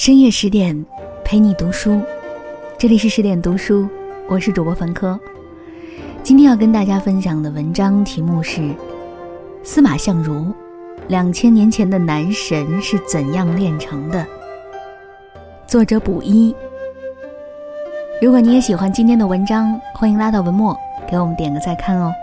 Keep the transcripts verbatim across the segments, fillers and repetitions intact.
深夜十点陪你读书，这里是十点读书，我是主播樊科。今天要跟大家分享的文章题目是司马相如，两千年前的男神是怎样炼成的，作者卜一。如果你也喜欢今天的文章，欢迎拉到文末给我们点个再看哦。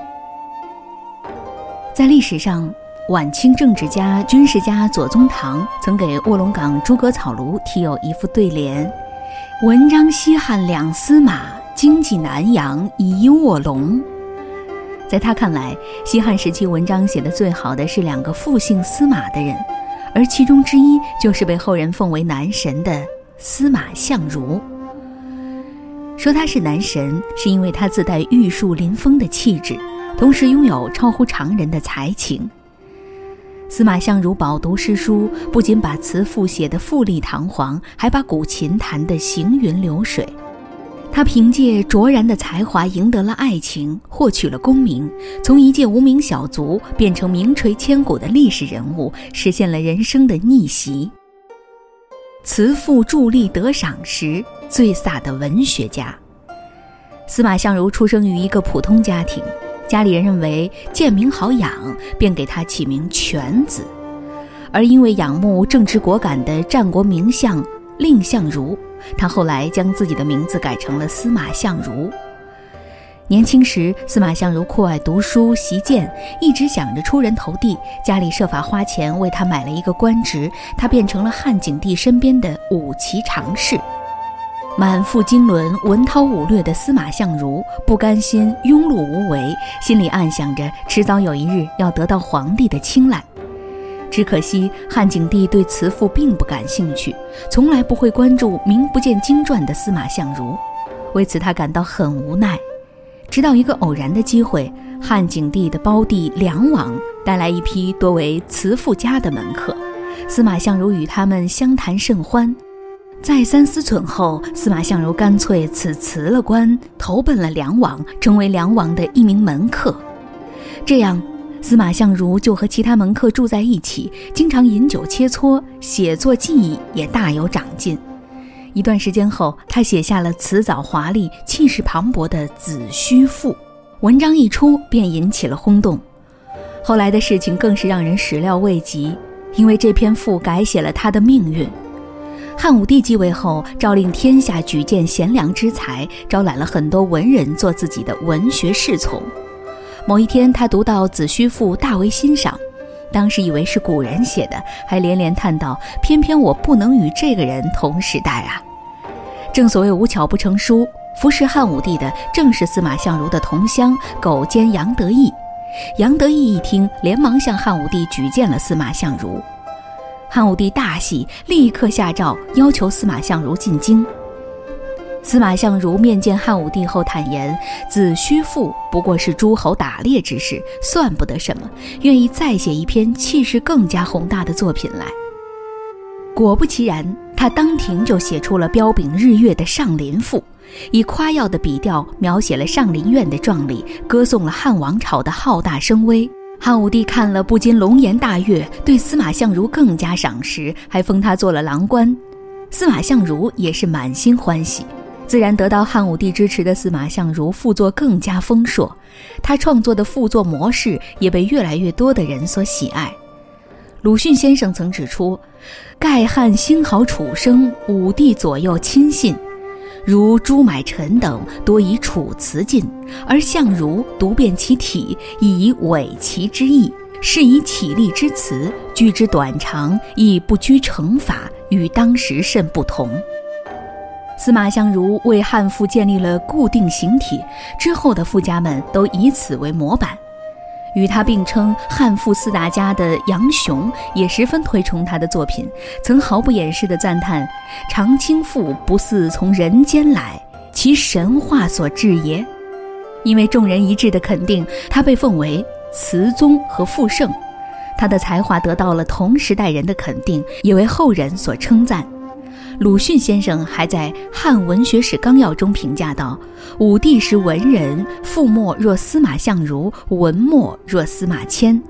在历史上，晚清政治家、军事家左宗棠曾给卧龙岗诸葛草庐题有一副对联：文章西汉两司马，经济南阳一卧龙。在他看来，西汉时期文章写得最好的是两个复姓司马的人，而其中之一就是被后人奉为男神的司马相如。说他是男神，是因为他自带玉树临风的气质，同时拥有超乎常人的才情。司马相如饱读诗书，不仅把词赋写得富丽堂皇，还把古琴弹得行云流水。他凭借卓然的才华赢得了爱情，获取了功名，从一介无名小卒变成名垂千古的历史人物，实现了人生的逆袭。词赋著力得赏识，最飒的文学家。司马相如出生于一个普通家庭，家里人认为贱名好养，便给他起名犬子。而因为仰慕正直果敢的战国名相蔺相如，他后来将自己的名字改成了司马相如。年轻时，司马相如酷爱读书习剑，一直想着出人头地，家里设法花钱为他买了一个官职，他变成了汉景帝身边的五骑常侍。满腹经纶、文韬武略的司马相如不甘心庸碌无为，心里暗想着迟早有一日要得到皇帝的青睐。只可惜汉景帝对词赋并不感兴趣，从来不会关注名不见经传的司马相如，为此他感到很无奈。直到一个偶然的机会，汉景帝的胞弟梁王带来一批多为词赋家的门客，司马相如与他们相谈甚欢。再三思忖后，司马相如干脆辞辞了官，投奔了梁王，成为梁王的一名门客。这样，司马相如就和其他门客住在一起，经常饮酒切磋，写作技艺也大有长进。一段时间后，他写下了辞藻华丽、气势磅礴的《子虚赋》，文章一出便引起了轰动。后来的事情更是让人始料未及，因为这篇赋改写了他的命运。汉武帝继位后，诏令天下举荐贤良之才，招揽了很多文人做自己的文学侍从。某一天，他读到《子虚赋》，大为欣赏，当时以为是古人写的，还连连叹道：偏偏我不能与这个人同时代啊！正所谓无巧不成书，服侍汉武帝的正是司马相如的同乡苟监杨得意。杨得意一听，连忙向汉武帝举荐了司马相如。汉武帝大喜，立刻下诏要求司马相如进京。司马相如面见汉武帝后坦言，子虚赋不过是诸侯打猎之事，算不得什么，愿意再写一篇气势更加宏大的作品来。果不其然，他当庭就写出了彪炳日月的《上林赋》，以夸耀的笔调描写了上林苑的壮丽，歌颂了汉王朝的浩大声威。汉武帝看了不禁龙颜大悦，对司马相如更加赏识，还封他做了郎官。司马相如也是满心欢喜。自然得到汉武帝支持的司马相如赋作更加丰硕，他创作的赋作模式也被越来越多的人所喜爱。鲁迅先生曾指出，盖汉兴好楚生，武帝左右亲信，如朱买臣等多以楚辞进，而相如独辨其体，以伪其之意，是以起立之词，句之短长，亦不拘成法，与当时甚不同。司马相如为汉赋建立了固定形体，之后的赋家们都以此为模板。与他并称汉赋四大家的杨雄也十分推崇他的作品，曾毫不掩饰地赞叹：长卿赋不似从人间来，其神话所致也。因为众人一致的肯定，他被奉为词宗和赋圣。他的才华得到了同时代人的肯定，也为后人所称赞。鲁迅先生还在《汉文学史纲要》中评价道：武帝时文人，赋墨若司马相如，文墨若司马迁。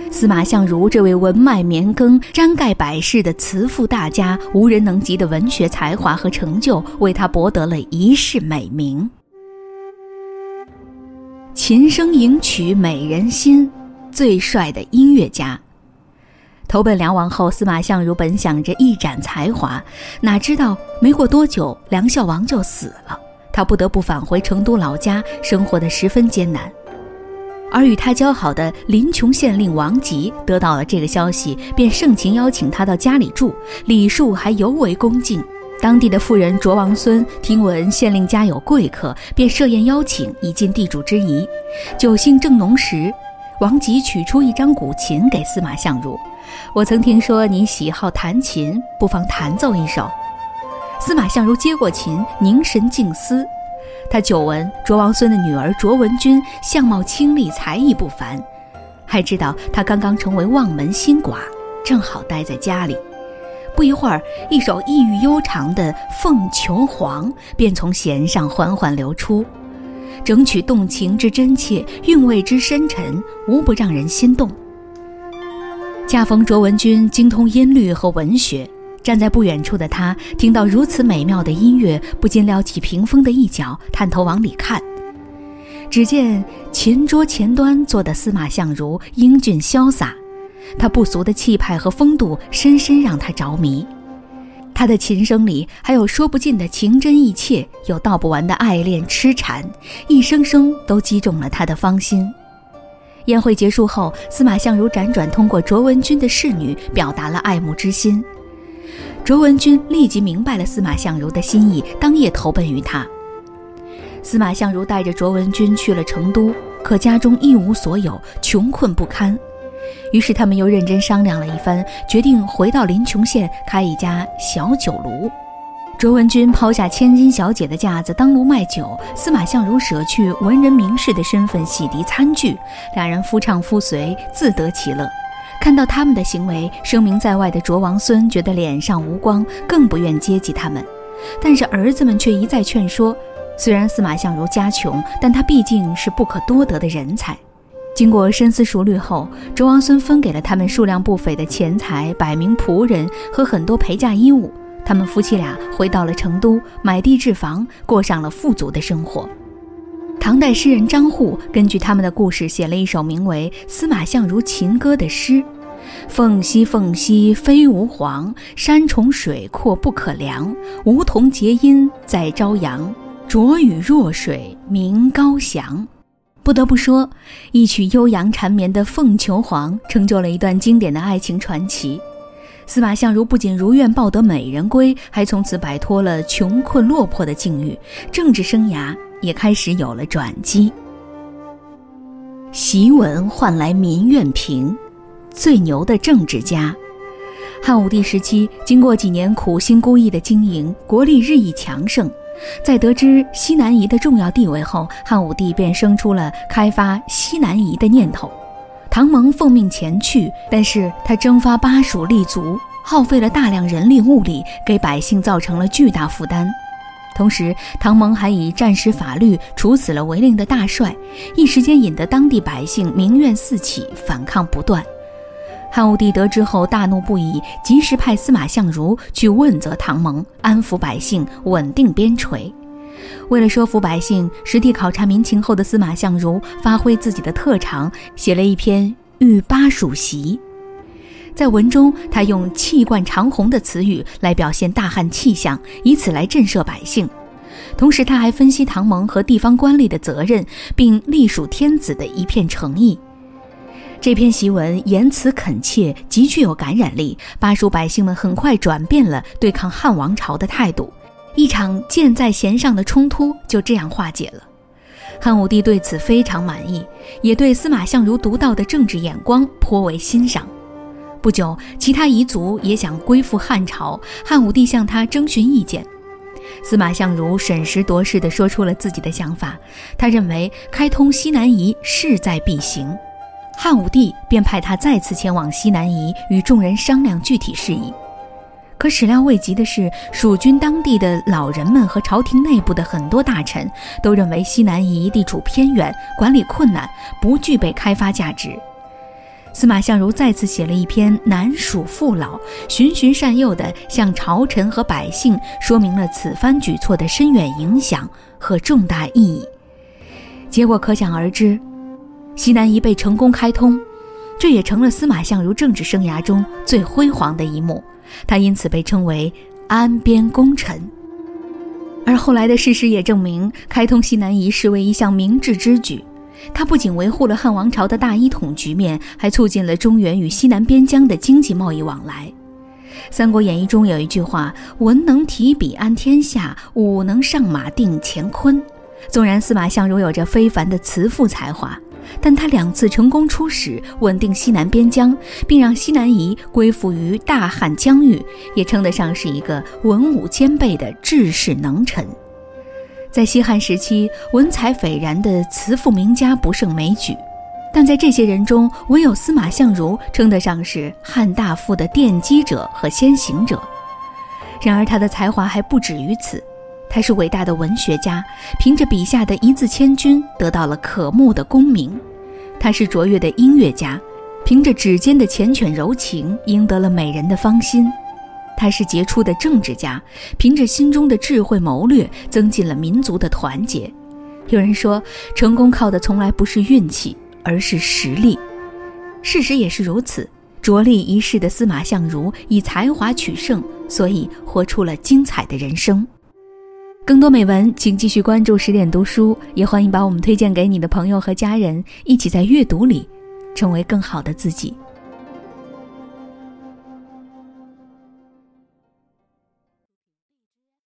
司马相如这位文脉绵亘、沾盖百世的词赋大家，无人能及的文学才华和成就，为他博得了一世美名。琴声迎曲美人心，最帅的音乐家。投奔梁王后，司马相如本想着一展才华，哪知道没过多久，梁孝王就死了，他不得不返回成都老家，生活得十分艰难。而与他交好的临邛县令王吉得到了这个消息，便盛情邀请他到家里住，礼数还尤为恭敬。当地的妇人卓王孙听闻县令家有贵客，便设宴邀请，以尽地主之谊。酒兴正浓时，王吉取出一张古琴给司马相如，我曾听说你喜好弹琴，不妨弹奏一首。司马相如接过琴，凝神静思。他久闻卓王孙的女儿卓文君相貌清丽，才艺不凡，还知道她刚刚成为望门新寡，正好待在家里。不一会儿，一首意韵悠长的《凤求凰》便从弦上缓缓流出，整曲动情之真切，韵味之深沉，无不让人心动。恰逢卓文君精通音律和文学，站在不远处的他听到如此美妙的音乐，不禁撩起屏风的一角，探头往里看。只见琴桌前端坐的司马相如英俊潇洒，他不俗的气派和风度深深让他着迷。他的琴声里还有说不尽的情真意切，有道不完的爱恋痴缠，一声声都击中了他的芳心。宴会结束后，司马相如辗转通过卓文君的侍女表达了爱慕之心。卓文君立即明白了司马相如的心意，当夜投奔于他。司马相如带着卓文君去了成都，可家中一无所有，穷困不堪。于是他们又认真商量了一番，决定回到临邛县开一家小酒炉。卓文君抛下千金小姐的架子当炉卖酒，司马相如舍去文人名士的身份洗涤餐具，两人夫唱妇随，自得其乐。看到他们的行为，声名在外的卓王孙觉得脸上无光，更不愿接济他们。但是儿子们却一再劝说，虽然司马相如家穷，但他毕竟是不可多得的人才。经过深思熟虑后，卓王孙分给了他们数量不菲的钱财、百名仆人和很多陪嫁衣物。他们夫妻俩回到了成都，买地置房，过上了富足的生活。唐代诗人张祜根据他们的故事写了一首名为《司马相如琴歌》的诗：凤兮凤兮飞吾皇，山重水阔不可量。梧桐结阴在朝阳，浊雨弱水鸣高翔。不得不说，一曲悠扬缠绵的《凤求凰》成就了一段经典的爱情传奇。司马相如不仅如愿抱得美人归，还从此摆脱了穷困落魄的境遇，政治生涯也开始有了转机。檄文换来民怨平，最牛的政治家。汉武帝时期，经过几年苦心孤诣的经营，国力日益强盛。在得知西南夷的重要地位后，汉武帝便生出了开发西南夷的念头。唐蒙奉命前去，但是他征发巴蜀立足，耗费了大量人力物力，给百姓造成了巨大负担。同时，唐蒙还以战时法律处死了违令的大帅，一时间引得当地百姓民怨四起，反抗不断。汉武帝得知后大怒不已，及时派司马相如去问责唐蒙，安抚百姓，稳定边陲。为了说服百姓，实地考察民情后的司马相如发挥自己的特长，写了一篇《御巴蜀檄》。在文中，他用气贯长虹的词语来表现大汉气象，以此来震慑百姓。同时，他还分析唐蒙和地方官吏的责任，并隶属天子的一片诚意。这篇檄文言辞恳切，极具有感染力，巴蜀百姓们很快转变了对抗汉王朝的态度。一场箭在弦上的冲突就这样化解了。汉武帝对此非常满意，也对司马相如独到的政治眼光颇为欣赏。不久，其他彝族也想归附汉朝，汉武帝向他征询意见。司马相如审时度势地说出了自己的想法，他认为开通西南夷势在必行。汉武帝便派他再次前往西南夷，与众人商量具体事宜。可始料未及的是，蜀军当地的老人们和朝廷内部的很多大臣都认为西南夷地处偏远，管理困难，不具备开发价值。 司马相如再次写了一篇南蜀父老，循循善诱地向朝臣和百姓说明了此番举措的深远影响和重大意义。结果可想而知，西南夷被成功开通，这也成了司马相如政治生涯中最辉煌的一幕，他因此被称为安边功臣。而后来的事实也证明，开通西南夷视为一项明智之举，它不仅维护了汉王朝的大一统局面，还促进了中原与西南边疆的经济贸易往来。三国演义中有一句话，文能提笔安天下，武能上马定乾坤。纵然司马相如有着非凡的辞赋才华，但他两次成功出使，稳定西南边疆，并让西南夷归附于大汉疆域，也称得上是一个文武兼备的治世能臣。在西汉时期，文采斐然的辞赋名家不胜枚举，但在这些人中，唯有司马相如称得上是汉大赋的奠基者和先行者。然而他的才华还不止于此，他是伟大的文学家，凭着笔下的一字千钧得到了可慕的功名；他是卓越的音乐家，凭着指尖的缱绻柔情赢得了美人的芳心；他是杰出的政治家，凭着心中的智慧谋略增进了民族的团结。有人说，成功靠的从来不是运气，而是实力。事实也是如此，着力一世的司马相如以才华取胜，所以活出了精彩的人生。更多美文请继续关注十点读书，也欢迎把我们推荐给你的朋友和家人，一起在阅读里成为更好的自己。